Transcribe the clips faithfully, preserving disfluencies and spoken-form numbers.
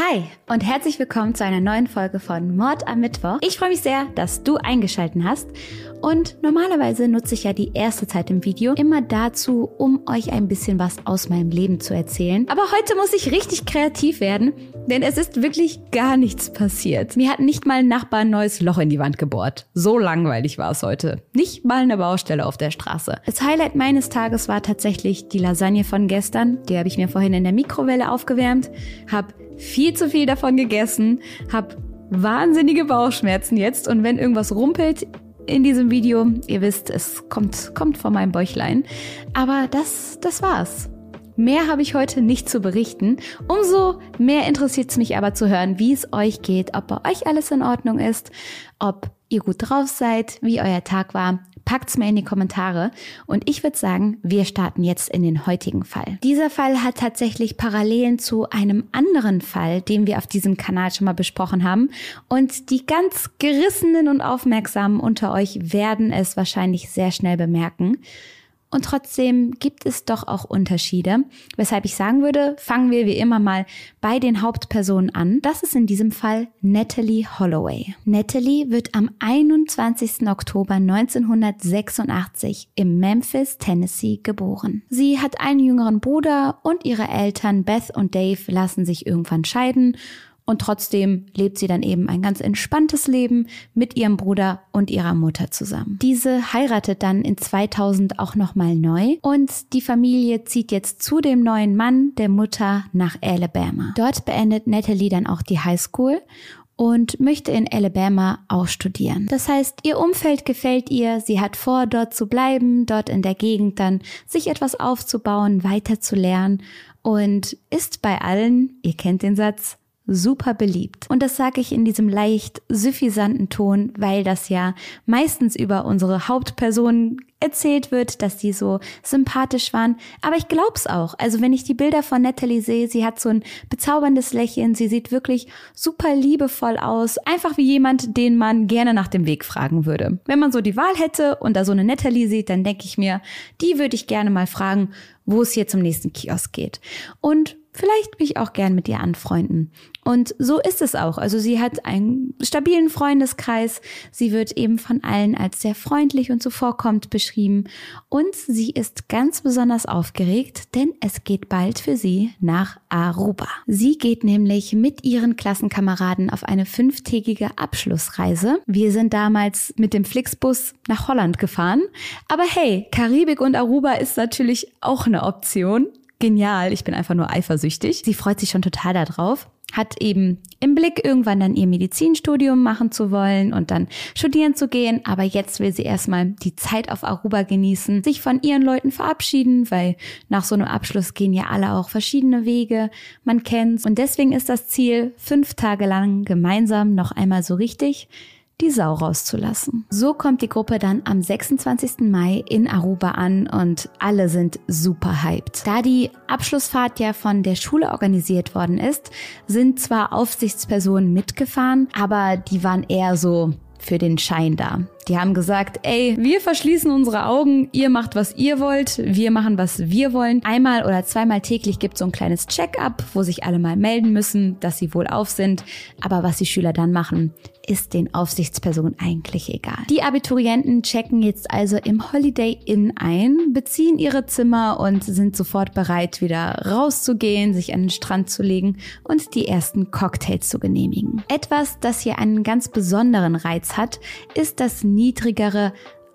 Hi und herzlich willkommen zu einer neuen Folge von Mord am Mittwoch. Ich freue mich sehr, dass du eingeschaltet hast und normalerweise nutze ich ja die erste Zeit im Video immer dazu, um euch ein bisschen was aus meinem Leben zu erzählen. Aber heute muss ich richtig kreativ werden, denn es ist wirklich gar nichts passiert. Mir hat nicht mal ein Nachbar ein neues Loch in die Wand gebohrt. So langweilig war es heute. Nicht mal eine Baustelle auf der Straße. Das Highlight meines Tages war tatsächlich die Lasagne von gestern. Die habe ich mir vorhin in der Mikrowelle aufgewärmt, habe viel zu viel davon gegessen, habe wahnsinnige Bauchschmerzen jetzt und wenn irgendwas rumpelt in diesem Video, ihr wisst, es kommt, kommt von meinem Bäuchlein, aber das, das war's. Mehr habe ich heute nicht zu berichten. Umso mehr interessiert es mich aber zu hören, wie es euch geht, ob bei euch alles in Ordnung ist, ob ihr gut drauf seid, wie euer Tag war. Packt's mir in die Kommentare und ich würde sagen, wir starten jetzt in den heutigen Fall. Dieser Fall hat tatsächlich Parallelen zu einem anderen Fall, den wir auf diesem Kanal schon mal besprochen haben und die ganz Gerissenen und Aufmerksamen unter euch werden es wahrscheinlich sehr schnell bemerken. Und trotzdem gibt es doch auch Unterschiede, weshalb ich sagen würde, fangen wir wie immer mal bei den Hauptpersonen an. Das ist in diesem Fall Natalee Holloway. Natalee wird am einundzwanzigsten Oktober neunzehnhundertsechsundachtzig in Memphis, Tennessee geboren. Sie hat einen jüngeren Bruder und ihre Eltern Beth und Dave lassen sich irgendwann scheiden. Und trotzdem lebt sie dann eben ein ganz entspanntes Leben mit ihrem Bruder und ihrer Mutter zusammen. Diese heiratet dann in zweitausend auch nochmal neu und die Familie zieht jetzt zu dem neuen Mann der Mutter nach Alabama. Dort beendet Natalee dann auch die Highschool und möchte in Alabama auch studieren. Das heißt, ihr Umfeld gefällt ihr, sie hat vor, dort zu bleiben, dort in der Gegend dann sich etwas aufzubauen, weiter zu lernen und ist bei allen, ihr kennt den Satz, super beliebt. Und das sage ich in diesem leicht suffisanten Ton, weil das ja meistens über unsere Hauptpersonen erzählt wird, dass die so sympathisch waren. Aber ich glaub's auch. Also wenn ich die Bilder von Natalee sehe, sie hat so ein bezauberndes Lächeln, sie sieht wirklich super liebevoll aus. Einfach wie jemand, den man gerne nach dem Weg fragen würde. Wenn man so die Wahl hätte und da so eine Natalee sieht, dann denke ich mir, die würde ich gerne mal fragen, wo es hier zum nächsten Kiosk geht. Und vielleicht will ich auch gern mit ihr anfreunden. Und so ist es auch. Also sie hat einen stabilen Freundeskreis. Sie wird eben von allen als sehr freundlich und zuvorkommend beschrieben. Und sie ist ganz besonders aufgeregt, denn es geht bald für sie nach Aruba. Sie geht nämlich mit ihren Klassenkameraden auf eine fünftägige Abschlussreise. Wir sind damals mit dem Flixbus nach Holland gefahren. Aber hey, Karibik und Aruba ist natürlich auch eine Option. Genial, ich bin einfach nur eifersüchtig. Sie freut sich schon total darauf, hat eben im Blick, irgendwann dann ihr Medizinstudium machen zu wollen und dann studieren zu gehen. Aber jetzt will sie erstmal die Zeit auf Aruba genießen, sich von ihren Leuten verabschieden, weil nach so einem Abschluss gehen ja alle auch verschiedene Wege. Man kennt's. Und deswegen ist das Ziel, fünf Tage lang gemeinsam noch einmal so richtig die Sau rauszulassen. So kommt die Gruppe dann am sechsundzwanzigsten Mai in Aruba an und alle sind super hyped. Da die Abschlussfahrt ja von der Schule organisiert worden ist, sind zwar Aufsichtspersonen mitgefahren, aber die waren eher so für den Schein da. Die haben gesagt, ey, wir verschließen unsere Augen, ihr macht, was ihr wollt, wir machen, was wir wollen. Einmal oder zweimal täglich gibt es so ein kleines Check-up, wo sich alle mal melden müssen, dass sie wohlauf sind. Aber was die Schüler dann machen, ist den Aufsichtspersonen eigentlich egal. Die Abiturienten checken jetzt also im Holiday Inn ein, beziehen ihre Zimmer und sind sofort bereit, wieder rauszugehen, sich an den Strand zu legen und die ersten Cocktails zu genehmigen. Etwas, das hier einen ganz besonderen Reiz hat, ist das niedrigere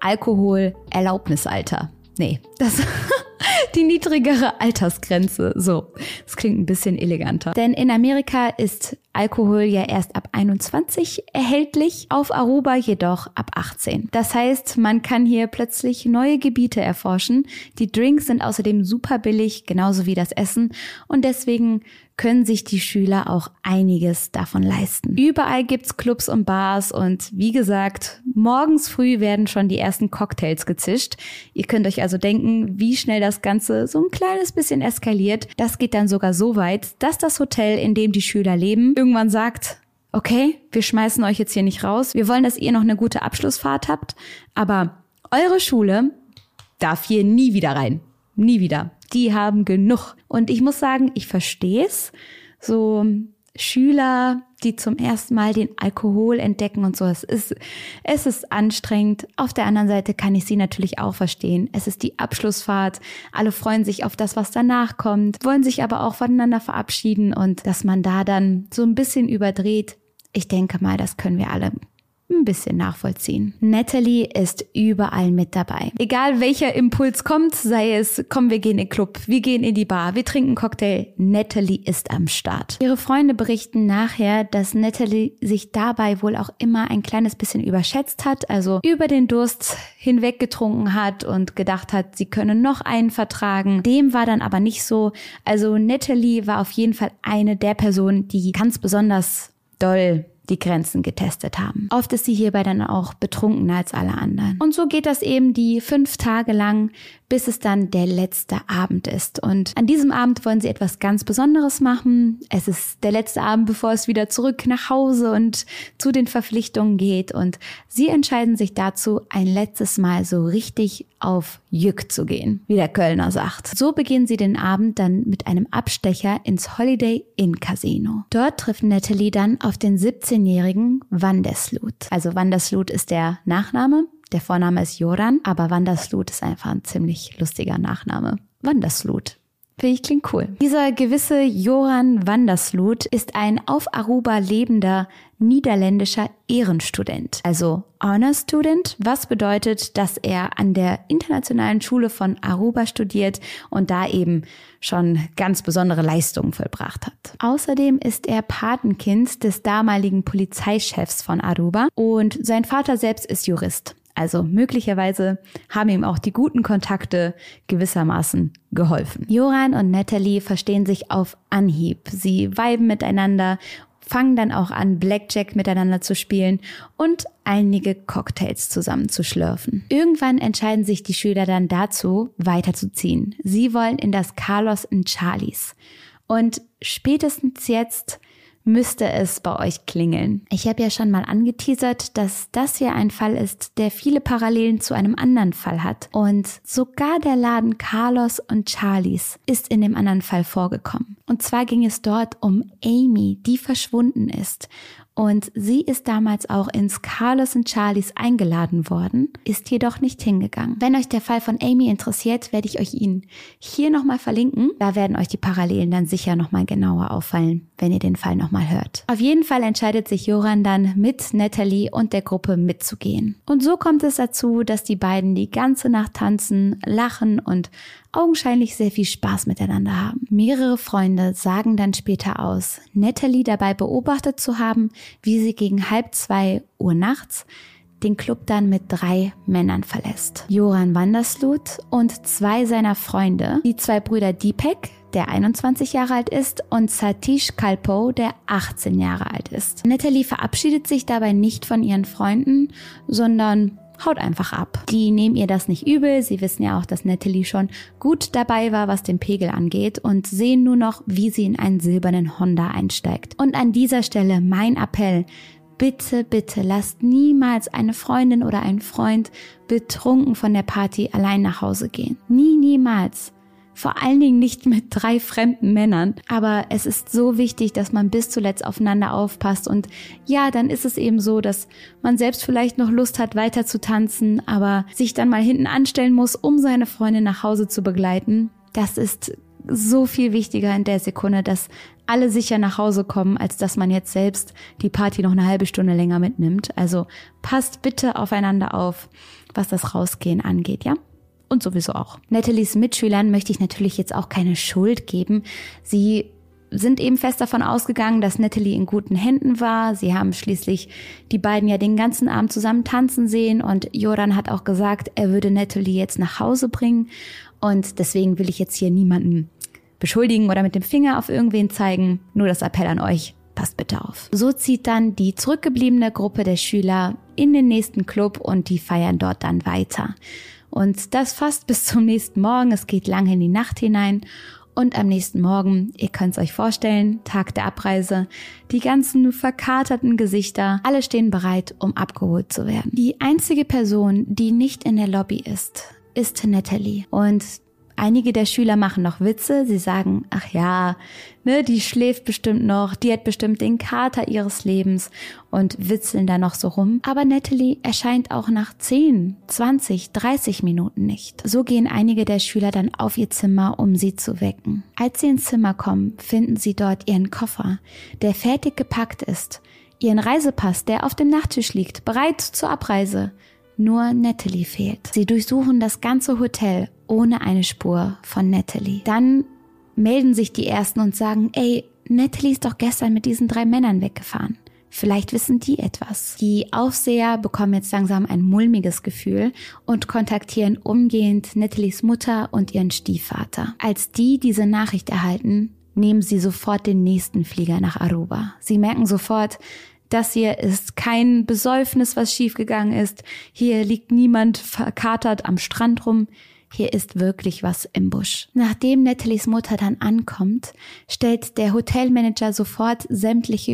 Alkoholerlaubnisalter. Nee, das die niedrigere Altersgrenze. So, das klingt ein bisschen eleganter. Denn in Amerika ist Alkohol ja erst ab einundzwanzig erhältlich, auf Aruba jedoch ab achtzehn. Das heißt, man kann hier plötzlich neue Gebiete erforschen. Die Drinks sind außerdem super billig, genauso wie das Essen. Und deswegen können sich die Schüler auch einiges davon leisten. Überall gibt's Clubs und Bars und wie gesagt, morgens früh werden schon die ersten Cocktails gezischt. Ihr könnt euch also denken, wie schnell das Ganze so ein kleines bisschen eskaliert. Das geht dann sogar so weit, dass das Hotel, in dem die Schüler leben, irgendwann sagt, okay, wir schmeißen euch jetzt hier nicht raus. Wir wollen, dass ihr noch eine gute Abschlussfahrt habt, aber eure Schule darf hier nie wieder rein. Nie wieder. Die haben genug. Und ich muss sagen, ich verstehe es. So Schüler, die zum ersten Mal den Alkohol entdecken und so. Es ist, es ist anstrengend. Auf der anderen Seite kann ich sie natürlich auch verstehen. Es ist die Abschlussfahrt. Alle freuen sich auf das, was danach kommt, wollen sich aber auch voneinander verabschieden und dass man da dann so ein bisschen überdreht. Ich denke mal, das können wir alle ein bisschen nachvollziehen. Natalie ist überall mit dabei. Egal welcher Impuls kommt, sei es, komm, wir gehen in den Club, wir gehen in die Bar, wir trinken Cocktail, Natalie ist am Start. Ihre Freunde berichten nachher, dass Natalie sich dabei wohl auch immer ein kleines bisschen überschätzt hat, also über den Durst hinweg getrunken hat und gedacht hat, sie könne noch einen vertragen. Dem war dann aber nicht so. Also Natalie war auf jeden Fall eine der Personen, die ganz besonders doll die Grenzen getestet haben. Oft ist sie hierbei dann auch betrunkener als alle anderen. Und so geht das eben die fünf Tage lang, bis es dann der letzte Abend ist. Und an diesem Abend wollen sie etwas ganz Besonderes machen. Es ist der letzte Abend, bevor es wieder zurück nach Hause und zu den Verpflichtungen geht. Und sie entscheiden sich dazu, ein letztes Mal so richtig auf Jück zu gehen, wie der Kölner sagt. So beginnen sie den Abend dann mit einem Abstecher ins Holiday Inn Casino. Dort trifft Natalie dann auf den siebzehnjährigen Vandersloot. Also Vandersloot ist der Nachname. Der Vorname ist Joran, aber Vandersloot ist einfach ein ziemlich lustiger Nachname. Vandersloot. Finde ich, klingt cool. Dieser gewisse Joran Vandersloot ist ein auf Aruba lebender niederländischer Ehrenstudent, also Honor Student, was bedeutet, dass er an der internationalen Schule von Aruba studiert und da eben schon ganz besondere Leistungen vollbracht hat. Außerdem ist er Patenkind des damaligen Polizeichefs von Aruba und sein Vater selbst ist Jurist. Also möglicherweise haben ihm auch die guten Kontakte gewissermaßen geholfen. Joran und Natalie verstehen sich auf Anhieb. Sie viben miteinander, fangen dann auch an, Blackjack miteinander zu spielen und einige Cocktails zusammen zu schlürfen. Irgendwann entscheiden sich die Schüler dann dazu, weiterzuziehen. Sie wollen in das Carlos and Charlies. Und spätestens jetzt müsste es bei euch klingeln. Ich habe ja schon mal angeteasert, dass das hier ein Fall ist, der viele Parallelen zu einem anderen Fall hat. Und sogar der Laden Carlos und Charlies ist in dem anderen Fall vorgekommen. Und zwar ging es dort um Amy, die verschwunden ist. Und sie ist damals auch ins Carlos and Charlies eingeladen worden, ist jedoch nicht hingegangen. Wenn euch der Fall von Amy interessiert, werde ich euch ihn hier nochmal verlinken. Da werden euch die Parallelen dann sicher nochmal genauer auffallen, wenn ihr den Fall nochmal hört. Auf jeden Fall entscheidet sich Joran dann, mit Natalie und der Gruppe mitzugehen. Und so kommt es dazu, dass die beiden die ganze Nacht tanzen, lachen und augenscheinlich sehr viel Spaß miteinander haben. Mehrere Freunde sagen dann später aus, Natalie dabei beobachtet zu haben, wie sie gegen halb zwei Uhr nachts den Club dann mit drei Männern verlässt. Joran Vandersloot und zwei seiner Freunde, die zwei Brüder Deepak, der einundzwanzig Jahre alt ist, und Satish Kalpoe, der achtzehn Jahre alt ist. Natalie verabschiedet sich dabei nicht von ihren Freunden, sondern haut einfach ab. Die nehmen ihr das nicht übel, sie wissen ja auch, dass Natalie schon gut dabei war, was den Pegel angeht und sehen nur noch, wie sie in einen silbernen Honda einsteigt. Und an dieser Stelle mein Appell, bitte, bitte lasst niemals eine Freundin oder einen Freund betrunken von der Party allein nach Hause gehen. Nie, niemals. Vor allen Dingen nicht mit drei fremden Männern. Aber es ist so wichtig, dass man bis zuletzt aufeinander aufpasst. Und ja, dann ist es eben so, dass man selbst vielleicht noch Lust hat, weiter zu tanzen, aber sich dann mal hinten anstellen muss, um seine Freundin nach Hause zu begleiten. Das ist so viel wichtiger in der Sekunde, dass alle sicher nach Hause kommen, als dass man jetzt selbst die Party noch eine halbe Stunde länger mitnimmt. Also passt bitte aufeinander auf, was das Rausgehen angeht, ja? Und sowieso auch. Natalies Mitschülern möchte ich natürlich jetzt auch keine Schuld geben. Sie sind eben fest davon ausgegangen, dass Natalie in guten Händen war. Sie haben schließlich die beiden ja den ganzen Abend zusammen tanzen sehen und Joran hat auch gesagt, er würde Natalie jetzt nach Hause bringen. Und deswegen will ich jetzt hier niemanden beschuldigen oder mit dem Finger auf irgendwen zeigen. Nur das Appell an euch. Passt bitte auf. So zieht dann die zurückgebliebene Gruppe der Schüler in den nächsten Club und die feiern dort dann weiter. Und das fast bis zum nächsten Morgen. Es geht lange in die Nacht hinein. Und am nächsten Morgen, ihr könnt es euch vorstellen, Tag der Abreise, die ganzen verkaterten Gesichter, alle stehen bereit, um abgeholt zu werden. Die einzige Person, die nicht in der Lobby ist, ist Natalie. Und Einige der Schüler machen noch Witze. Sie sagen, ach ja, ne, die schläft bestimmt noch, die hat bestimmt den Kater ihres Lebens und witzeln da noch so rum. Aber Natalie erscheint auch nach zehn, zwanzig, dreißig Minuten nicht. So gehen einige der Schüler dann auf ihr Zimmer, um sie zu wecken. Als sie ins Zimmer kommen, finden sie dort ihren Koffer, der fertig gepackt ist, ihren Reisepass, der auf dem Nachttisch liegt, bereit zur Abreise. Nur Natalie fehlt. Sie durchsuchen das ganze Hotel ohne eine Spur von Natalie. Dann melden sich die Ersten und sagen, ey, Natalie ist doch gestern mit diesen drei Männern weggefahren. Vielleicht wissen die etwas. Die Aufseher bekommen jetzt langsam ein mulmiges Gefühl und kontaktieren umgehend Natalies Mutter und ihren Stiefvater. Als die diese Nachricht erhalten, nehmen sie sofort den nächsten Flieger nach Aruba. Sie merken sofort, das hier ist kein Besäufnis, was schiefgegangen ist. Hier liegt niemand verkatert am Strand rum. Hier ist wirklich was im Busch. Nachdem Natalies Mutter dann ankommt, stellt der Hotelmanager sofort sämtliche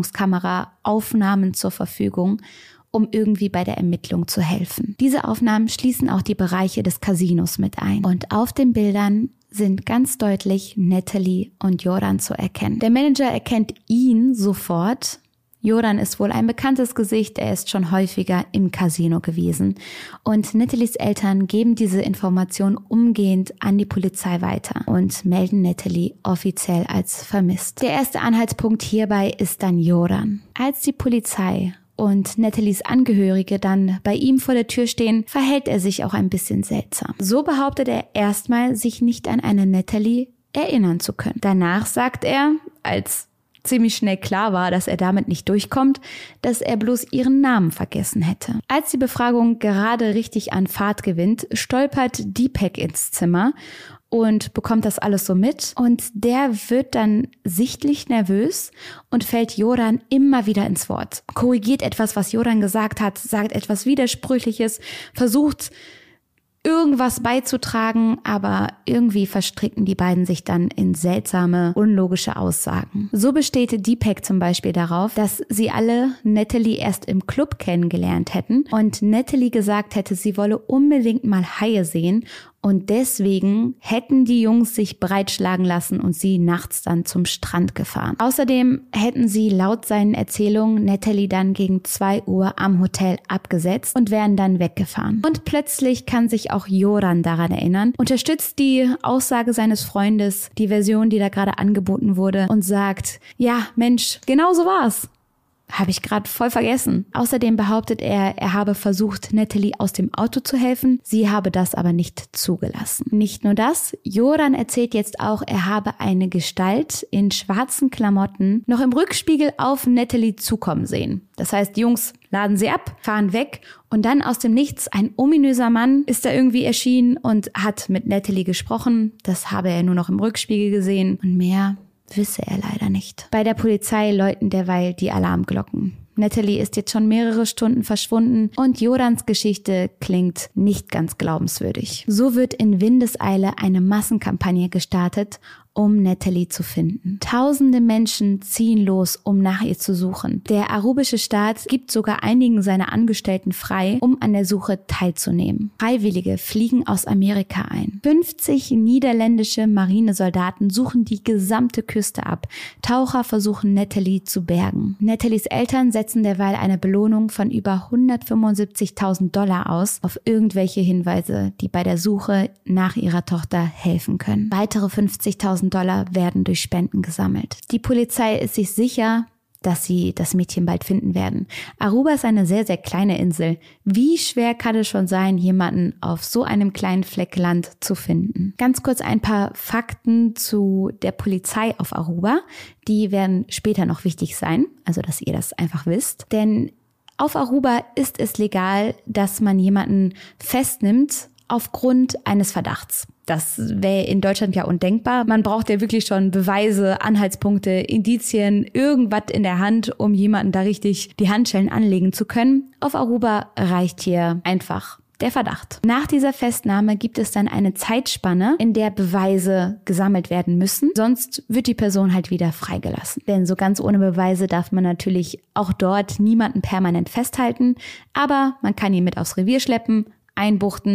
Überwachungskamera-Aufnahmen zur Verfügung, um irgendwie bei der Ermittlung zu helfen. Diese Aufnahmen schließen auch die Bereiche des Casinos mit ein. Und auf den Bildern sind ganz deutlich Natalie und Joran zu erkennen. Der Manager erkennt ihn sofort. Joran ist wohl ein bekanntes Gesicht, er ist schon häufiger im Casino gewesen. Und Natalies Eltern geben diese Information umgehend an die Polizei weiter und melden Natalie offiziell als vermisst. Der erste Anhaltspunkt hierbei ist dann Joran. Als die Polizei und Natalies Angehörige dann bei ihm vor der Tür stehen, verhält er sich auch ein bisschen seltsam. So behauptet er erstmal, sich nicht an eine Natalie erinnern zu können. Danach sagt er, als ziemlich schnell klar war, dass er damit nicht durchkommt, dass er bloß ihren Namen vergessen hätte. Als die Befragung gerade richtig an Fahrt gewinnt, stolpert Deepak ins Zimmer und bekommt das alles so mit. Und der wird dann sichtlich nervös und fällt Joran immer wieder ins Wort. Korrigiert etwas, was Joran gesagt hat, sagt etwas Widersprüchliches, versucht irgendwas beizutragen, aber irgendwie verstricken die beiden sich dann in seltsame, unlogische Aussagen. So besteht Deepak zum Beispiel darauf, dass sie alle Natalie erst im Club kennengelernt hätten und Natalie gesagt hätte, sie wolle unbedingt mal Haie sehen und deswegen hätten die Jungs sich breitschlagen lassen und sie nachts dann zum Strand gefahren. Außerdem hätten sie laut seinen Erzählungen Natalie dann gegen zwei Uhr am Hotel abgesetzt und wären dann weggefahren. Und plötzlich kann sich auch Joran daran erinnern, unterstützt die Aussage seines Freundes, die Version, die da gerade angeboten wurde und sagt, ja Mensch, genau so war's. Habe ich gerade voll vergessen. Außerdem behauptet er, er habe versucht, Natalie aus dem Auto zu helfen. Sie habe das aber nicht zugelassen. Nicht nur das, Joran erzählt jetzt auch, er habe eine Gestalt in schwarzen Klamotten noch im Rückspiegel auf Natalie zukommen sehen. Das heißt, die Jungs laden sie ab, fahren weg und dann aus dem Nichts ein ominöser Mann ist da irgendwie erschienen und hat mit Natalie gesprochen. Das habe er nur noch im Rückspiegel gesehen und mehr wisse er leider nicht. Bei der Polizei läuten derweil die Alarmglocken. Natalie ist jetzt schon mehrere Stunden verschwunden und Jorans Geschichte klingt nicht ganz glaubenswürdig. So wird in Windeseile eine Massenkampagne gestartet, um Natalie zu finden. Tausende Menschen ziehen los, um nach ihr zu suchen. Der arabische Staat gibt sogar einigen seiner Angestellten frei, um an der Suche teilzunehmen. Freiwillige fliegen aus Amerika ein. fünfzig niederländische Marinesoldaten suchen die gesamte Küste ab. Taucher versuchen Natalie zu bergen. Natalies Eltern setzen derweil eine Belohnung von über hundertfünfundsiebzigtausend Dollar aus auf irgendwelche Hinweise, die bei der Suche nach ihrer Tochter helfen können. Weitere fünfzigtausend Dollar werden durch Spenden gesammelt. Die Polizei ist sich sicher, dass sie das Mädchen bald finden werden. Aruba ist eine sehr, sehr kleine Insel. Wie schwer kann es schon sein, jemanden auf so einem kleinen Fleck Land zu finden? Ganz kurz ein paar Fakten zu der Polizei auf Aruba. Die werden später noch wichtig sein, also dass ihr das einfach wisst. Denn auf Aruba ist es legal, dass man jemanden festnimmt aufgrund eines Verdachts. Das wäre in Deutschland ja undenkbar. Man braucht ja wirklich schon Beweise, Anhaltspunkte, Indizien, irgendwas in der Hand, um jemanden da richtig die Handschellen anlegen zu können. Auf Aruba reicht hier einfach der Verdacht. Nach dieser Festnahme gibt es dann eine Zeitspanne, in der Beweise gesammelt werden müssen. Sonst wird die Person halt wieder freigelassen. Denn so ganz ohne Beweise darf man natürlich auch dort niemanden permanent festhalten. Aber man kann ihn mit aufs Revier schleppen, einbuchten,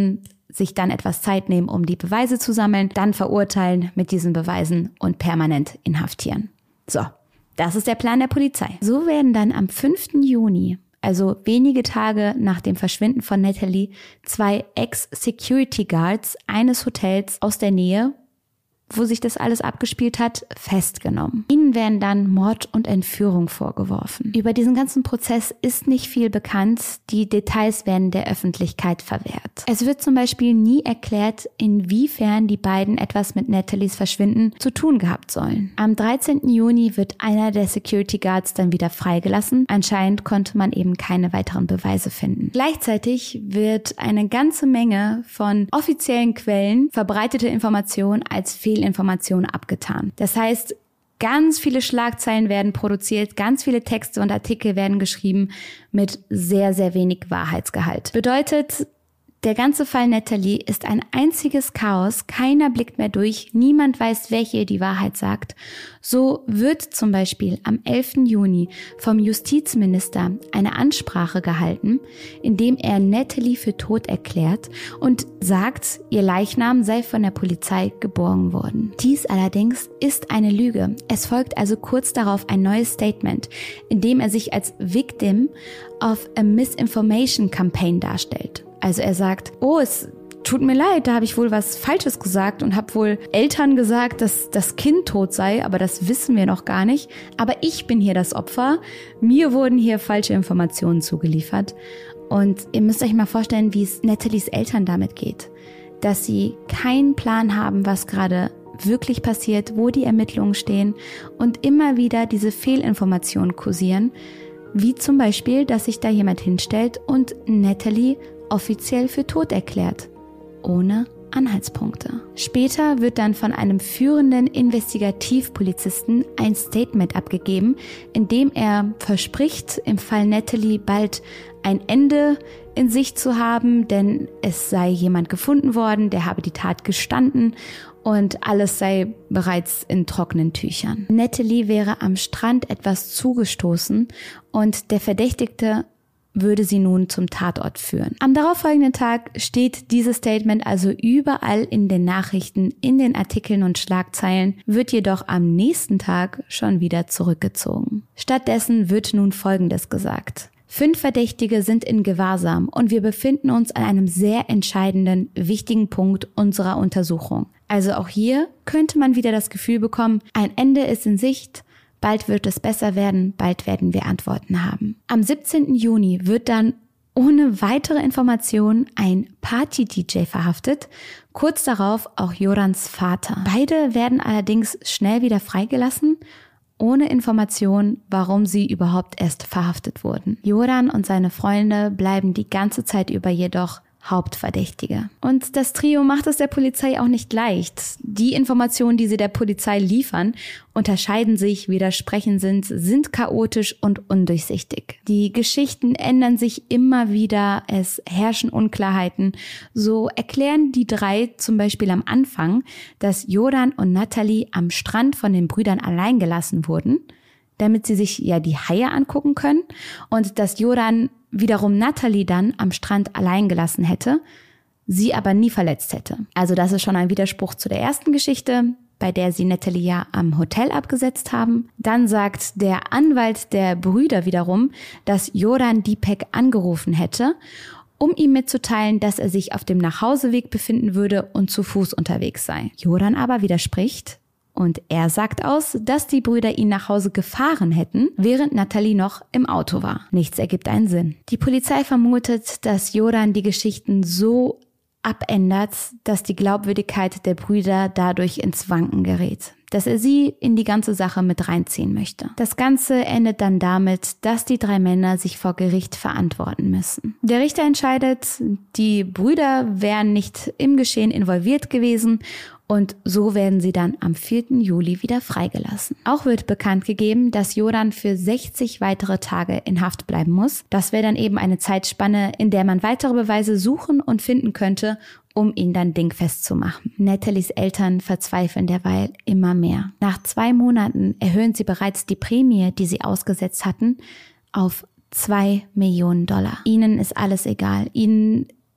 sich dann etwas Zeit nehmen, um die Beweise zu sammeln, dann verurteilen mit diesen Beweisen und permanent inhaftieren. So, das ist der Plan der Polizei. So werden dann am fünften Juni, also wenige Tage nach dem Verschwinden von Natalie, zwei Ex-Security Guards eines Hotels aus der Nähe, wo sich das alles abgespielt hat, festgenommen. Ihnen werden dann Mord und Entführung vorgeworfen. Über diesen ganzen Prozess ist nicht viel bekannt. Die Details werden der Öffentlichkeit verwehrt. Es wird zum Beispiel nie erklärt, inwiefern die beiden etwas mit Natalies Verschwinden zu tun gehabt sollen. Am dreizehnten Juni wird einer der Security Guards dann wieder freigelassen. Anscheinend konnte man eben keine weiteren Beweise finden. Gleichzeitig wird eine ganze Menge von offiziellen Quellen verbreitete Informationen als Fehlinformationen abgetan. Das heißt, ganz viele Schlagzeilen werden produziert, ganz viele Texte und Artikel werden geschrieben mit sehr, sehr wenig Wahrheitsgehalt. Bedeutet, der ganze Fall Natalie ist ein einziges Chaos, keiner blickt mehr durch, niemand weiß, wer hier die Wahrheit sagt. So wird zum Beispiel am elften Juni vom Justizminister eine Ansprache gehalten, in dem er Natalie für tot erklärt und sagt, ihr Leichnam sei von der Polizei geborgen worden. Dies allerdings ist eine Lüge. Es folgt also kurz darauf ein neues Statement, in dem er sich als Victim of a Misinformation Campaign darstellt. Also er sagt, oh, es tut mir leid, da habe ich wohl was Falsches gesagt und habe wohl Eltern gesagt, dass das Kind tot sei, aber das wissen wir noch gar nicht. Aber ich bin hier das Opfer. Mir wurden hier falsche Informationen zugeliefert. Und ihr müsst euch mal vorstellen, wie es Natalies Eltern damit geht. Dass sie keinen Plan haben, was gerade wirklich passiert, wo die Ermittlungen stehen und immer wieder diese Fehlinformationen kursieren. Wie zum Beispiel, dass sich da jemand hinstellt und Natalie offiziell für tot erklärt, ohne Anhaltspunkte. Später wird dann von einem führenden Investigativpolizisten ein Statement abgegeben, in dem er verspricht, im Fall Natalie bald ein Ende in Sicht zu haben, denn es sei jemand gefunden worden, der habe die Tat gestanden und alles sei bereits in trockenen Tüchern. Natalie wäre am Strand etwas zugestoßen und der Verdächtigte würde sie nun zum Tatort führen. Am darauffolgenden Tag steht dieses Statement also überall in den Nachrichten, in den Artikeln und Schlagzeilen, wird jedoch am nächsten Tag schon wieder zurückgezogen. Stattdessen wird nun Folgendes gesagt. Fünf Verdächtige sind in Gewahrsam und wir befinden uns an einem sehr entscheidenden, wichtigen Punkt unserer Untersuchung. Also auch hier könnte man wieder das Gefühl bekommen, ein Ende ist in Sicht. Bald wird es besser werden, bald werden wir Antworten haben. Am siebzehnten Juni wird dann ohne weitere Informationen ein Party-D J verhaftet, kurz darauf auch Jorans Vater. Beide werden allerdings schnell wieder freigelassen, ohne Information, warum sie überhaupt erst verhaftet wurden. Joran und seine Freunde bleiben die ganze Zeit über jedoch Hauptverdächtige. Und das Trio macht es der Polizei auch nicht leicht. Die Informationen, die sie der Polizei liefern, unterscheiden sich, widersprechen sind, sind chaotisch und undurchsichtig. Die Geschichten ändern sich immer wieder, es herrschen Unklarheiten. So erklären die drei zum Beispiel am Anfang, dass Joran und Natalie am Strand von den Brüdern allein gelassen wurden, damit sie sich ja die Haie angucken können und dass Joran wiederum Natalie dann am Strand allein gelassen hätte, sie aber nie verletzt hätte. Also das ist schon ein Widerspruch zu der ersten Geschichte, bei der sie Natalie ja am Hotel abgesetzt haben. Dann sagt der Anwalt der Brüder wiederum, dass Joran Dipek angerufen hätte, um ihm mitzuteilen, dass er sich auf dem Nachhauseweg befinden würde und zu Fuß unterwegs sei. Joran aber widerspricht. Und er sagt aus, dass die Brüder ihn nach Hause gefahren hätten, während Natalie noch im Auto war. Nichts ergibt einen Sinn. Die Polizei vermutet, dass Joran die Geschichten so abändert, dass die Glaubwürdigkeit der Brüder dadurch ins Wanken gerät. Dass er sie in die ganze Sache mit reinziehen möchte. Das Ganze endet dann damit, dass die drei Männer sich vor Gericht verantworten müssen. Der Richter entscheidet, die Brüder wären nicht im Geschehen involviert gewesen und so werden sie dann am vierten Juli wieder freigelassen. Auch wird bekannt gegeben, dass Joran für sechzig weitere Tage in Haft bleiben muss. Das wäre dann eben eine Zeitspanne, in der man weitere Beweise suchen und finden könnte, um ihn dann dingfest zu machen. Natalies Eltern verzweifeln derweil immer mehr. Nach zwei Monaten erhöhen sie bereits die Prämie, die sie ausgesetzt hatten, auf zwei Millionen Dollar. Ihnen ist alles egal. Ihnen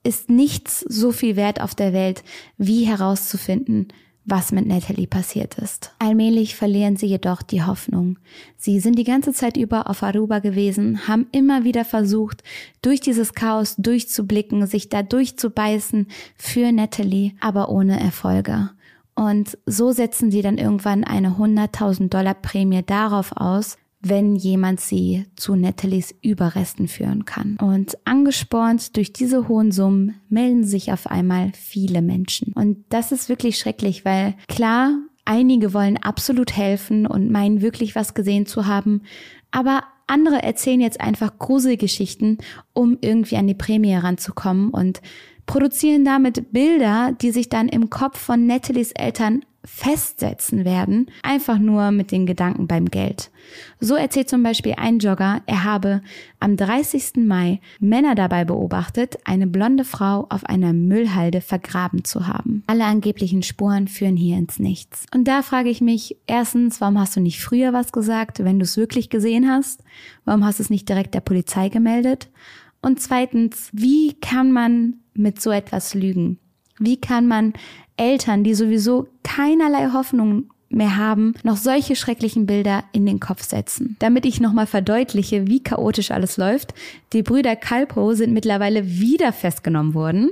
ist nichts so viel wert auf der Welt, wie herauszufinden, was mit Natalie passiert ist. Allmählich verlieren sie jedoch die Hoffnung. Sie sind die ganze Zeit über auf Aruba gewesen, haben immer wieder versucht, durch dieses Chaos durchzublicken, sich da durchzubeißen für Natalie, aber ohne Erfolge. Und so setzen sie dann irgendwann eine hunderttausend Dollar Prämie darauf aus, wenn jemand sie zu Natalies Überresten führen kann. Und angespornt durch diese hohen Summen melden sich auf einmal viele Menschen. Und das ist wirklich schrecklich, weil klar, einige wollen absolut helfen und meinen wirklich was gesehen zu haben, aber andere erzählen jetzt einfach Gruselgeschichten, um irgendwie an die Prämie ranzukommen und produzieren damit Bilder, die sich dann im Kopf von Natalies Eltern festsetzen werden, einfach nur mit den Gedanken beim Geld. So erzählt zum Beispiel ein Jogger, er habe am dreißigsten Mai Männer dabei beobachtet, eine blonde Frau auf einer Müllhalde vergraben zu haben. Alle angeblichen Spuren führen hier ins Nichts. Und da frage ich mich, erstens, warum hast du nicht früher was gesagt, wenn du es wirklich gesehen hast? Warum hast du es nicht direkt der Polizei gemeldet? Und zweitens, wie kann man mit so etwas lügen? Wie kann man Eltern, die sowieso keinerlei Hoffnung mehr haben, noch solche schrecklichen Bilder in den Kopf setzen? Damit ich nochmal verdeutliche, wie chaotisch alles läuft. Die Brüder Kalpoe sind mittlerweile wieder festgenommen worden,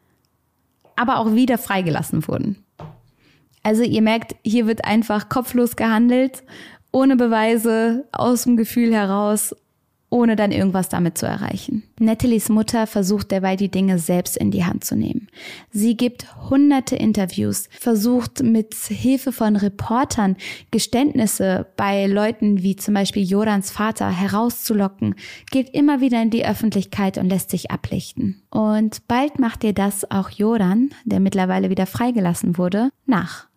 aber auch wieder freigelassen wurden. Also ihr merkt, hier wird einfach kopflos gehandelt, ohne Beweise, aus dem Gefühl heraus, ohne dann irgendwas damit zu erreichen. Natalies Mutter versucht derweil die Dinge selbst in die Hand zu nehmen. Sie gibt hunderte Interviews, versucht mit Hilfe von Reportern Geständnisse bei Leuten wie zum Beispiel Jorans Vater herauszulocken, geht immer wieder in die Öffentlichkeit und lässt sich ablichten. Und bald macht ihr das auch Joran, der mittlerweile wieder freigelassen wurde, nach.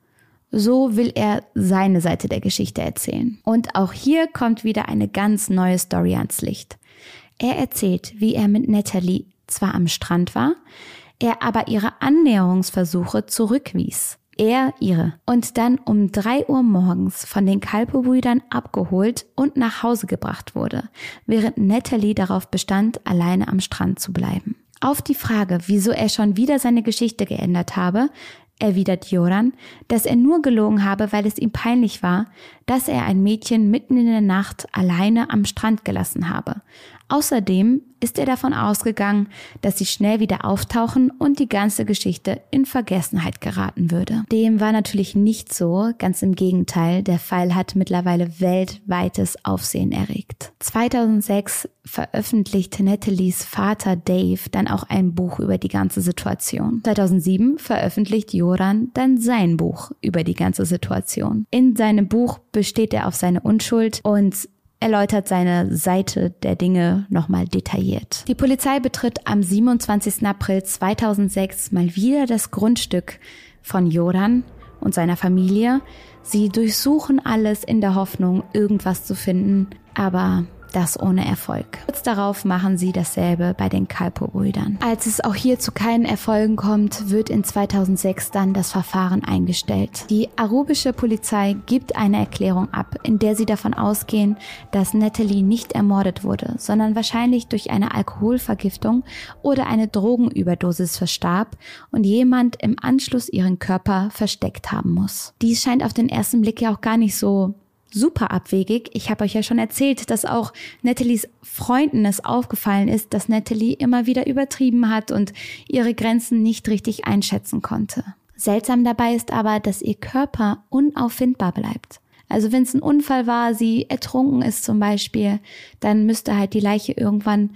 So will er seine Seite der Geschichte erzählen. Und auch hier kommt wieder eine ganz neue Story ans Licht. Er erzählt, wie er mit Natalie zwar am Strand war, er aber ihre Annäherungsversuche zurückwies. Er ihre. Und dann um drei Uhr morgens von den Kalpoe-Brüdern abgeholt und nach Hause gebracht wurde, während Natalie darauf bestand, alleine am Strand zu bleiben. Auf die Frage, wieso er schon wieder seine Geschichte geändert habe, erwidert Joran, dass er nur gelogen habe, weil es ihm peinlich war, dass er ein Mädchen mitten in der Nacht alleine am Strand gelassen habe. Außerdem ist er davon ausgegangen, dass sie schnell wieder auftauchen und die ganze Geschichte in Vergessenheit geraten würde. Dem war natürlich nicht so, ganz im Gegenteil, der Fall hat mittlerweile weltweites Aufsehen erregt. zweitausendsechs veröffentlichte Natalies Vater Dave dann auch ein Buch über die ganze Situation. zweitausendsieben veröffentlicht Joran dann sein Buch über die ganze Situation. In seinem Buch besteht er auf seine Unschuld und erläutert seine Seite der Dinge nochmal detailliert. Die Polizei betritt am siebenundzwanzigsten April zweitausendsechs mal wieder das Grundstück von Joran und seiner Familie. Sie durchsuchen alles in der Hoffnung, irgendwas zu finden, aber das ohne Erfolg. Kurz darauf machen sie dasselbe bei den Kalpoe-Brüdern. Als es auch hier zu keinen Erfolgen kommt, wird in zweitausendsechs dann das Verfahren eingestellt. Die arubische Polizei gibt eine Erklärung ab, in der sie davon ausgehen, dass Natalie nicht ermordet wurde, sondern wahrscheinlich durch eine Alkoholvergiftung oder eine Drogenüberdosis verstarb und jemand im Anschluss ihren Körper versteckt haben muss. Dies scheint auf den ersten Blick ja auch gar nicht so super abwegig. Ich habe euch ja schon erzählt, dass auch Natalies Freunden es aufgefallen ist, dass Natalie immer wieder übertrieben hat und ihre Grenzen nicht richtig einschätzen konnte. Seltsam dabei ist aber, dass ihr Körper unauffindbar bleibt. Also wenn es ein Unfall war, sie ertrunken ist zum Beispiel, dann müsste halt die Leiche irgendwann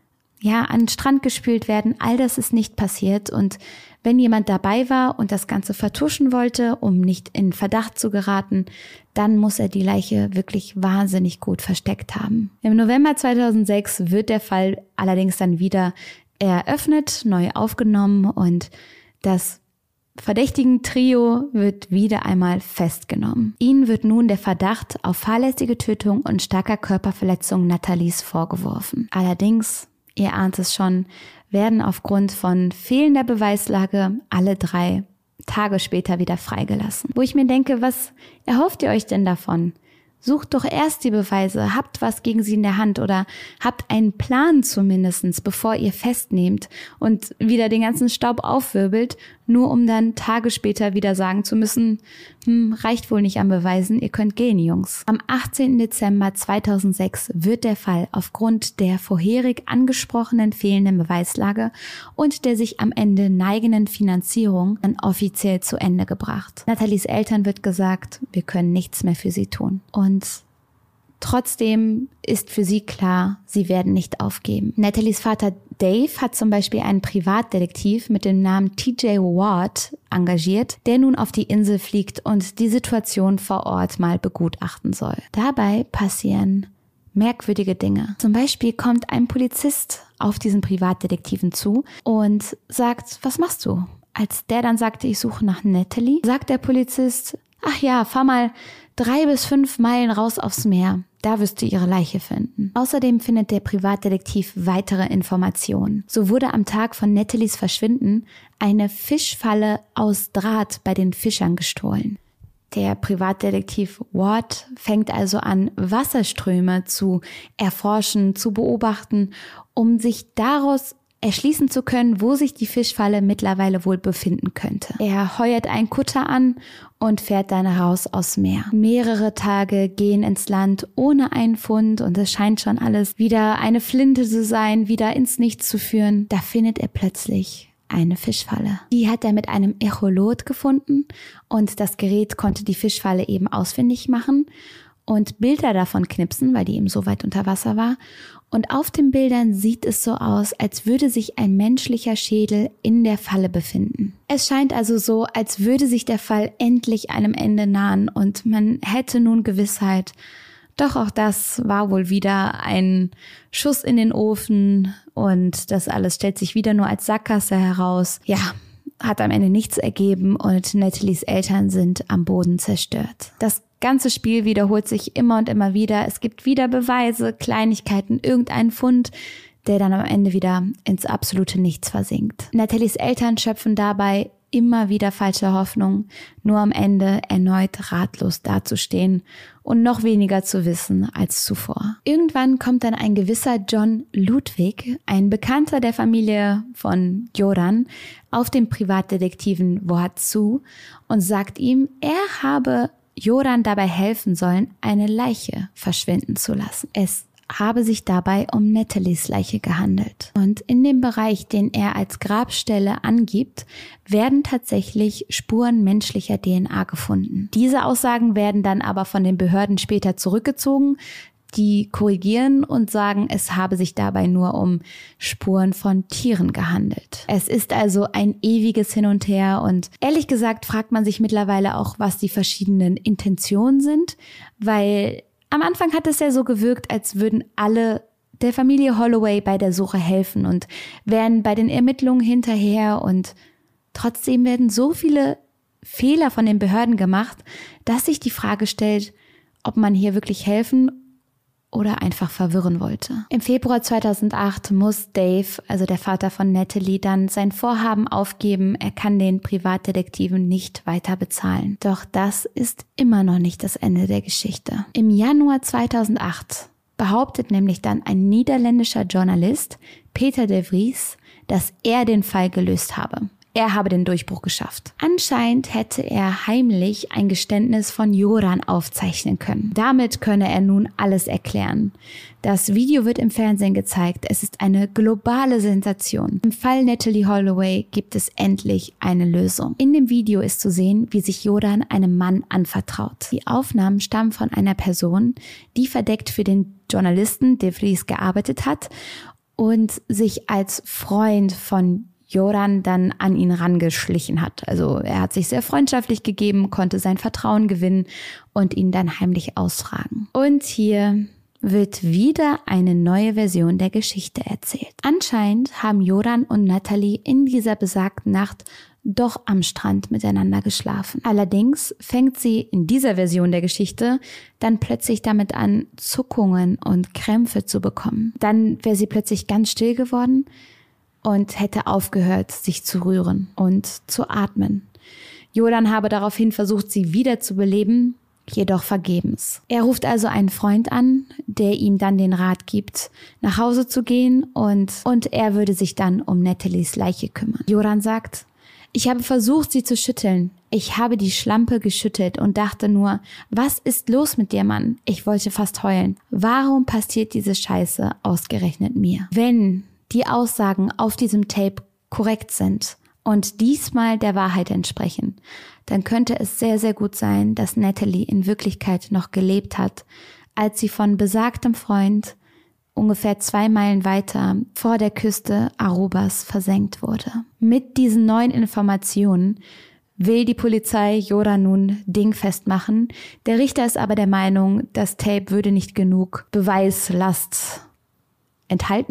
ja an den Strand gespült werden. All das ist nicht passiert und wenn jemand dabei war und das Ganze vertuschen wollte, um nicht in Verdacht zu geraten, dann muss er die Leiche wirklich wahnsinnig gut versteckt haben. Im November zweitausendsechs wird der Fall allerdings dann wieder eröffnet, neu aufgenommen und das Verdächtigen-Trio wird wieder einmal festgenommen. Ihnen wird nun der Verdacht auf fahrlässige Tötung und starker Körperverletzung Natalies vorgeworfen. Allerdings, ihr ahnt es schon, werden aufgrund von fehlender Beweislage alle drei Tage später wieder freigelassen. Wo ich mir denke, was erhofft ihr euch denn davon? Sucht doch erst die Beweise, habt was gegen sie in der Hand oder habt einen Plan zumindest, bevor ihr festnehmt und wieder den ganzen Staub aufwirbelt, nur um dann Tage später wieder sagen zu müssen, hm, reicht wohl nicht an Beweisen, ihr könnt gehen, Jungs. Am achtzehnten Dezember zweitausendsechs wird der Fall aufgrund der vorherig angesprochenen fehlenden Beweislage und der sich am Ende neigenden Finanzierung dann offiziell zu Ende gebracht. Nathalies Eltern wird gesagt, wir können nichts mehr für sie tun. Und trotzdem ist für sie klar, sie werden nicht aufgeben. Nathalies Vater Dave hat zum Beispiel einen Privatdetektiv mit dem Namen T J Ward engagiert, der nun auf die Insel fliegt und die Situation vor Ort mal begutachten soll. Dabei passieren merkwürdige Dinge. Zum Beispiel kommt ein Polizist auf diesen Privatdetektiven zu und sagt, was machst du? Als der dann sagte, ich suche nach Natalie, sagt der Polizist, ach ja, fahr mal drei bis fünf Meilen raus aufs Meer. Da wirst du ihre Leiche finden. Außerdem findet der Privatdetektiv weitere Informationen. So wurde am Tag von Nathalies Verschwinden eine Fischfalle aus Draht bei den Fischern gestohlen. Der Privatdetektiv Ward fängt also an, Wasserströme zu erforschen, zu beobachten, um sich daraus erschließen zu können, wo sich die Fischfalle mittlerweile wohl befinden könnte. Er heuert einen Kutter an und fährt dann raus aufs Meer. Mehrere Tage gehen ins Land ohne einen Fund und es scheint schon alles wieder eine Flinte zu sein, wieder ins Nichts zu führen. Da findet er plötzlich eine Fischfalle. Die hat er mit einem Echolot gefunden und das Gerät konnte die Fischfalle eben ausfindig machen und Bilder davon knipsen, weil die eben so weit unter Wasser war. Und auf den Bildern sieht es so aus, als würde sich ein menschlicher Schädel in der Falle befinden. Es scheint also so, als würde sich der Fall endlich einem Ende nahen und man hätte nun Gewissheit. Doch auch das war wohl wieder ein Schuss in den Ofen und das alles stellt sich wieder nur als Sackgasse heraus. Ja, hat am Ende nichts ergeben und Nathalies Eltern sind am Boden zerstört. Das ganze Spiel wiederholt sich immer und immer wieder. Es gibt wieder Beweise, Kleinigkeiten, irgendeinen Fund, der dann am Ende wieder ins absolute Nichts versinkt. Nathalies Eltern schöpfen dabei immer wieder falsche Hoffnung, nur am Ende erneut ratlos dazustehen und noch weniger zu wissen als zuvor. Irgendwann kommt dann ein gewisser John Ludwig, ein Bekannter der Familie von Joran, auf den Privatdetektiven Ward zu und sagt ihm, er habe Joran dabei helfen sollen, eine Leiche verschwinden zu lassen. Es habe sich dabei um Nathalies Leiche gehandelt. Und in dem Bereich, den er als Grabstelle angibt, werden tatsächlich Spuren menschlicher D N A gefunden. Diese Aussagen werden dann aber von den Behörden später zurückgezogen. Die korrigieren und sagen, es habe sich dabei nur um Spuren von Tieren gehandelt. Es ist also ein ewiges Hin und Her und ehrlich gesagt fragt man sich mittlerweile auch, was die verschiedenen Intentionen sind, weil am Anfang hat es ja so gewirkt, als würden alle der Familie Holloway bei der Suche helfen und wären bei den Ermittlungen hinterher und trotzdem werden so viele Fehler von den Behörden gemacht, dass sich die Frage stellt, ob man hier wirklich helfen oder einfach verwirren wollte. Im Februar zweitausendacht muss Dave, also der Vater von Natalie, dann sein Vorhaben aufgeben. Er kann den Privatdetektiven nicht weiter bezahlen. Doch das ist immer noch nicht das Ende der Geschichte. Im Januar zweitausendacht behauptet nämlich dann ein niederländischer Journalist, Peter de Vries, dass er den Fall gelöst habe. Er habe den Durchbruch geschafft. Anscheinend hätte er heimlich ein Geständnis von Joran aufzeichnen können. Damit könne er nun alles erklären. Das Video wird im Fernsehen gezeigt. Es ist eine globale Sensation. Im Fall Natalie Holloway gibt es endlich eine Lösung. In dem Video ist zu sehen, wie sich Joran einem Mann anvertraut. Die Aufnahmen stammen von einer Person, die verdeckt für den Journalisten de Vries gearbeitet hat und sich als Freund von Joran dann an ihn rangeschlichen hat. Also er hat sich sehr freundschaftlich gegeben, konnte sein Vertrauen gewinnen und ihn dann heimlich ausfragen. Und hier wird wieder eine neue Version der Geschichte erzählt. Anscheinend haben Joran und Natalie in dieser besagten Nacht doch am Strand miteinander geschlafen. Allerdings fängt sie in dieser Version der Geschichte dann plötzlich damit an, Zuckungen und Krämpfe zu bekommen. Dann wäre sie plötzlich ganz still geworden und hätte aufgehört, sich zu rühren und zu atmen. Joran habe daraufhin versucht, sie wieder zu beleben, jedoch vergebens. Er ruft also einen Freund an, der ihm dann den Rat gibt, nach Hause zu gehen und, und er würde sich dann um Nathalies Leiche kümmern. Joran sagt: Ich habe versucht, sie zu schütteln. Ich habe die Schlampe geschüttelt und dachte nur, was ist los mit dir, Mann? Ich wollte fast heulen. Warum passiert diese Scheiße ausgerechnet mir? Wenn die Aussagen auf diesem Tape korrekt sind und diesmal der Wahrheit entsprechen, dann könnte es sehr, sehr gut sein, dass Nathalie in Wirklichkeit noch gelebt hat, als sie von besagtem Freund ungefähr zwei Meilen weiter vor der Küste Arubas versenkt wurde. Mit diesen neuen Informationen will die Polizei Joran nun dingfest machen. Der Richter ist aber der Meinung, das Tape würde nicht genug Beweislast enthalten.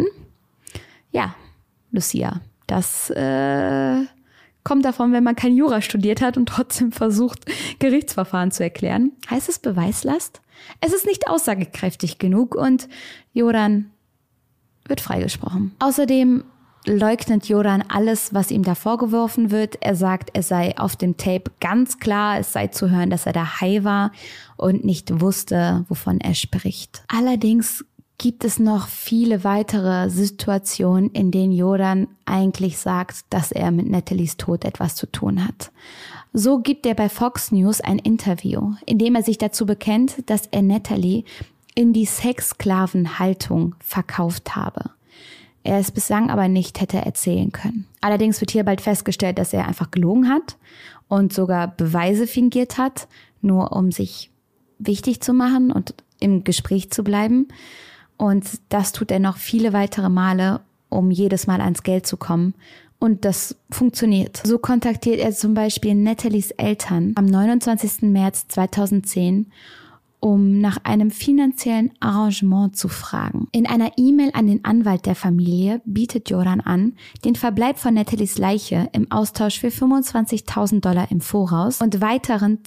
Ja, Lucia, das äh, kommt davon, wenn man kein Jura studiert hat und trotzdem versucht, Gerichtsverfahren zu erklären. Heißt es Beweislast? Es ist nicht aussagekräftig genug und Joran wird freigesprochen. Außerdem leugnet Joran alles, was ihm da vorgeworfen wird. Er sagt, er sei auf dem Tape ganz klar, es sei zu hören, dass er da high war und nicht wusste, wovon er spricht. Allerdings gibt es noch viele weitere Situationen, in denen Joran eigentlich sagt, dass er mit Nathalies Tod etwas zu tun hat. So gibt er bei Fox News ein Interview, in dem er sich dazu bekennt, dass er Nathalie in die Sexsklavenhaltung verkauft habe. Er es bislang aber nicht hätte erzählen können. Allerdings wird hier bald festgestellt, dass er einfach gelogen hat und sogar Beweise fingiert hat, nur um sich wichtig zu machen und im Gespräch zu bleiben. Und das tut er noch viele weitere Male, um jedes Mal ans Geld zu kommen. Und das funktioniert. So kontaktiert er zum Beispiel Nathalies Eltern am neunundzwanzigsten März zweitausendzehn, um nach einem finanziellen Arrangement zu fragen. In einer E-Mail an den Anwalt der Familie bietet Joran an, den Verbleib von Nathalies Leiche im Austausch für fünfundzwanzigtausend Dollar im Voraus und weiteren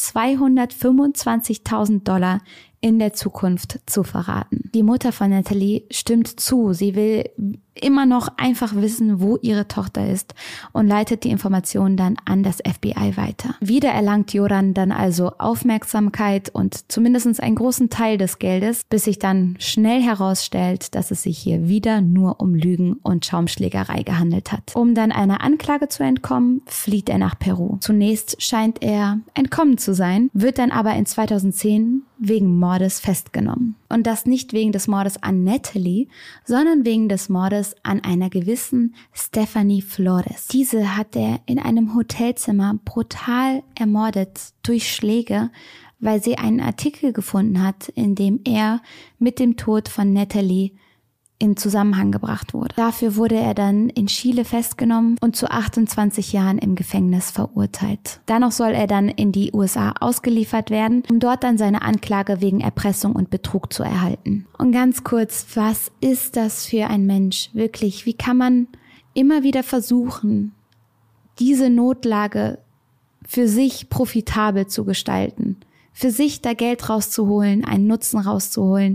zweihundertfünfundzwanzigtausend Dollar in der Zukunft zu verraten. Die Mutter von Nathalie stimmt zu. Sie will immer noch einfach wissen, wo ihre Tochter ist und leitet die Informationen dann an das F B I weiter. Wieder erlangt Joran dann also Aufmerksamkeit und zumindest einen großen Teil des Geldes, bis sich dann schnell herausstellt, dass es sich hier wieder nur um Lügen und Schaumschlägerei gehandelt hat. Um dann einer Anklage zu entkommen, flieht er nach Peru. Zunächst scheint er entkommen zu sein, wird dann aber in zweitausendzehn wegen Mordes festgenommen. Und das nicht wegen des Mordes an Nathalie, sondern wegen des Mordes an einer gewissen Stephanie Flores. Diese hat er in einem Hotelzimmer brutal ermordet durch Schläge, weil sie einen Artikel gefunden hat, in dem er mit dem Tod von Nathalie in Zusammenhang gebracht wurde. Dafür wurde er dann in Chile festgenommen und zu achtundzwanzig Jahren im Gefängnis verurteilt. Danach soll er dann in die U S A ausgeliefert werden, um dort dann seine Anklage wegen Erpressung und Betrug zu erhalten. Und ganz kurz, was ist das für ein Mensch? Wirklich, wie kann man immer wieder versuchen, diese Notlage für sich profitabel zu gestalten, für sich da Geld rauszuholen, einen Nutzen rauszuholen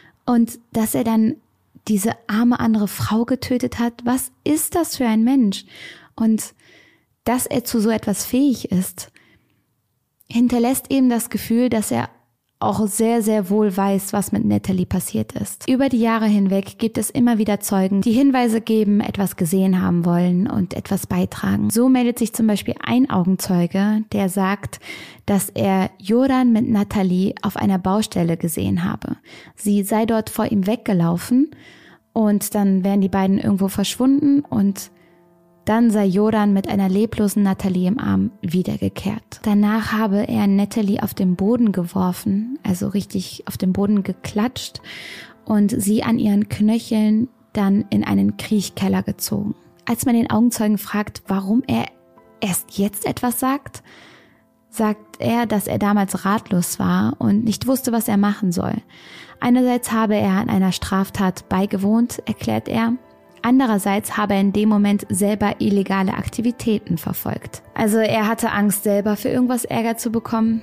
und dass er dann diese arme andere Frau getötet hat. Was ist das für ein Mensch? Und dass er zu so etwas fähig ist, hinterlässt eben das Gefühl, dass er auch sehr, sehr wohl weiß, was mit Nathalie passiert ist. Über die Jahre hinweg gibt es immer wieder Zeugen, die Hinweise geben, etwas gesehen haben wollen und etwas beitragen. So meldet sich zum Beispiel ein Augenzeuge, der sagt, dass er Joran mit Nathalie auf einer Baustelle gesehen habe. Sie sei dort vor ihm weggelaufen und dann wären die beiden irgendwo verschwunden und dann sei Joran mit einer leblosen Nathalie im Arm wiedergekehrt. Danach habe er Nathalie auf den Boden geworfen, also richtig auf den Boden geklatscht und sie an ihren Knöcheln dann in einen Kriechkeller gezogen. Als man den Augenzeugen fragt, warum er erst jetzt etwas sagt, sagt er, dass er damals ratlos war und nicht wusste, was er machen soll. Einerseits habe er an einer Straftat beigewohnt, erklärt er. Andererseits habe er in dem Moment selber illegale Aktivitäten verfolgt. Also er hatte Angst, selber für irgendwas Ärger zu bekommen.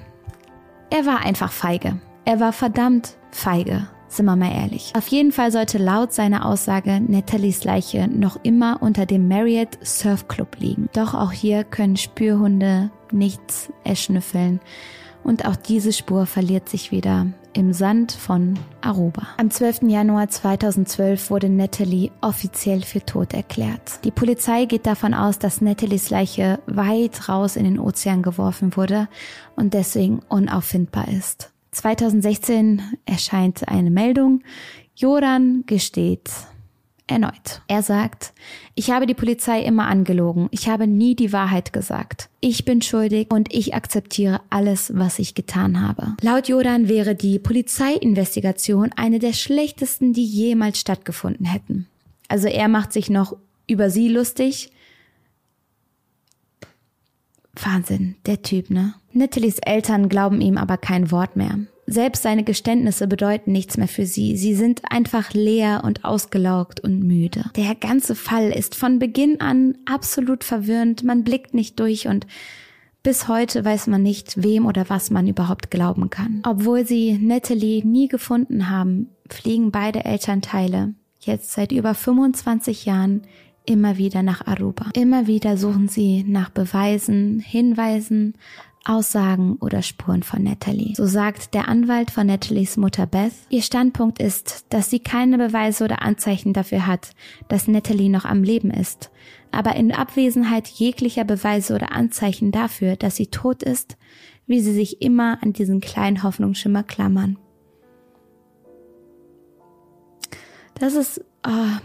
Er war einfach feige. Er war verdammt feige, sind wir mal ehrlich. Auf jeden Fall sollte laut seiner Aussage Nathalies Leiche noch immer unter dem Marriott Surf Club liegen. Doch auch hier können Spürhunde nichts erschnüffeln. Und auch diese Spur verliert sich wieder im Sand von Aruba. Am zwölften Januar zweitausendzwölf wurde Natalie offiziell für tot erklärt. Die Polizei geht davon aus, dass Natalies Leiche weit raus in den Ozean geworfen wurde und deswegen unauffindbar ist. zweitausendsechzehn erscheint eine Meldung. Joran gesteht erneut. Er sagt, ich habe die Polizei immer angelogen. Ich habe nie die Wahrheit gesagt. Ich bin schuldig und ich akzeptiere alles, was ich getan habe. Laut Joran wäre die Polizeiinvestigation eine der schlechtesten, die jemals stattgefunden hätten. Also er macht sich noch über sie lustig. Wahnsinn, der Typ, ne? Natalies Eltern glauben ihm aber kein Wort mehr. Selbst seine Geständnisse bedeuten nichts mehr für sie. Sie sind einfach leer und ausgelaugt und müde. Der ganze Fall ist von Beginn an absolut verwirrend. Man blickt nicht durch und bis heute weiß man nicht, wem oder was man überhaupt glauben kann. Obwohl sie Natalie nie gefunden haben, fliegen beide Elternteile jetzt seit über fünfundzwanzig Jahren immer wieder nach Aruba. Immer wieder suchen sie nach Beweisen, Hinweisen, Aussagen oder Spuren von Natalie. So sagt der Anwalt von Natalies Mutter Beth, ihr Standpunkt ist, dass sie keine Beweise oder Anzeichen dafür hat, dass Natalie noch am Leben ist. Aber in Abwesenheit jeglicher Beweise oder Anzeichen dafür, dass sie tot ist, will sie sich immer an diesen kleinen Hoffnungsschimmer klammern. Das ist... Oh,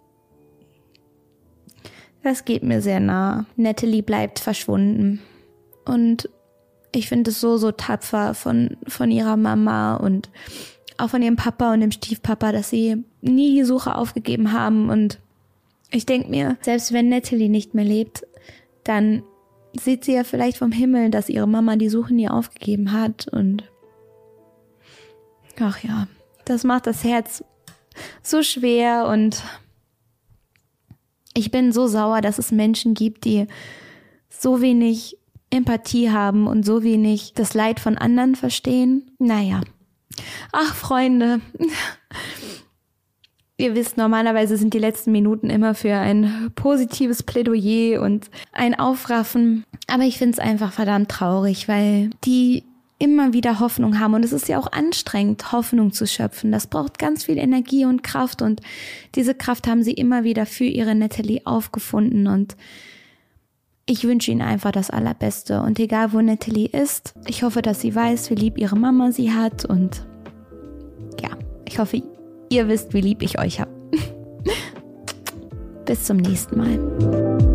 das geht mir sehr nah. Natalie bleibt verschwunden. Und ich finde es so, so tapfer von, von ihrer Mama und auch von ihrem Papa und dem Stiefpapa, dass sie nie die Suche aufgegeben haben. Und ich denke mir, selbst wenn Natalie nicht mehr lebt, dann sieht sie ja vielleicht vom Himmel, dass ihre Mama die Suche nie aufgegeben hat. Und ach ja, das macht das Herz so schwer. Und ich bin so sauer, dass es Menschen gibt, die so wenig Empathie haben und so wenig das Leid von anderen verstehen. Naja. Ach, Freunde. Ihr wisst, normalerweise sind die letzten Minuten immer für ein positives Plädoyer und ein Aufraffen. Aber ich finde es einfach verdammt traurig, weil die immer wieder Hoffnung haben. Und es ist ja auch anstrengend, Hoffnung zu schöpfen. Das braucht ganz viel Energie und Kraft. Und diese Kraft haben sie immer wieder für ihre Natalie aufgefunden. Und ich wünsche ihnen einfach das Allerbeste. Und egal, wo Natalie ist, ich hoffe, dass sie weiß, wie lieb ihre Mama sie hat. Und ja, ich hoffe, ihr wisst, wie lieb ich euch habe. Bis zum nächsten Mal.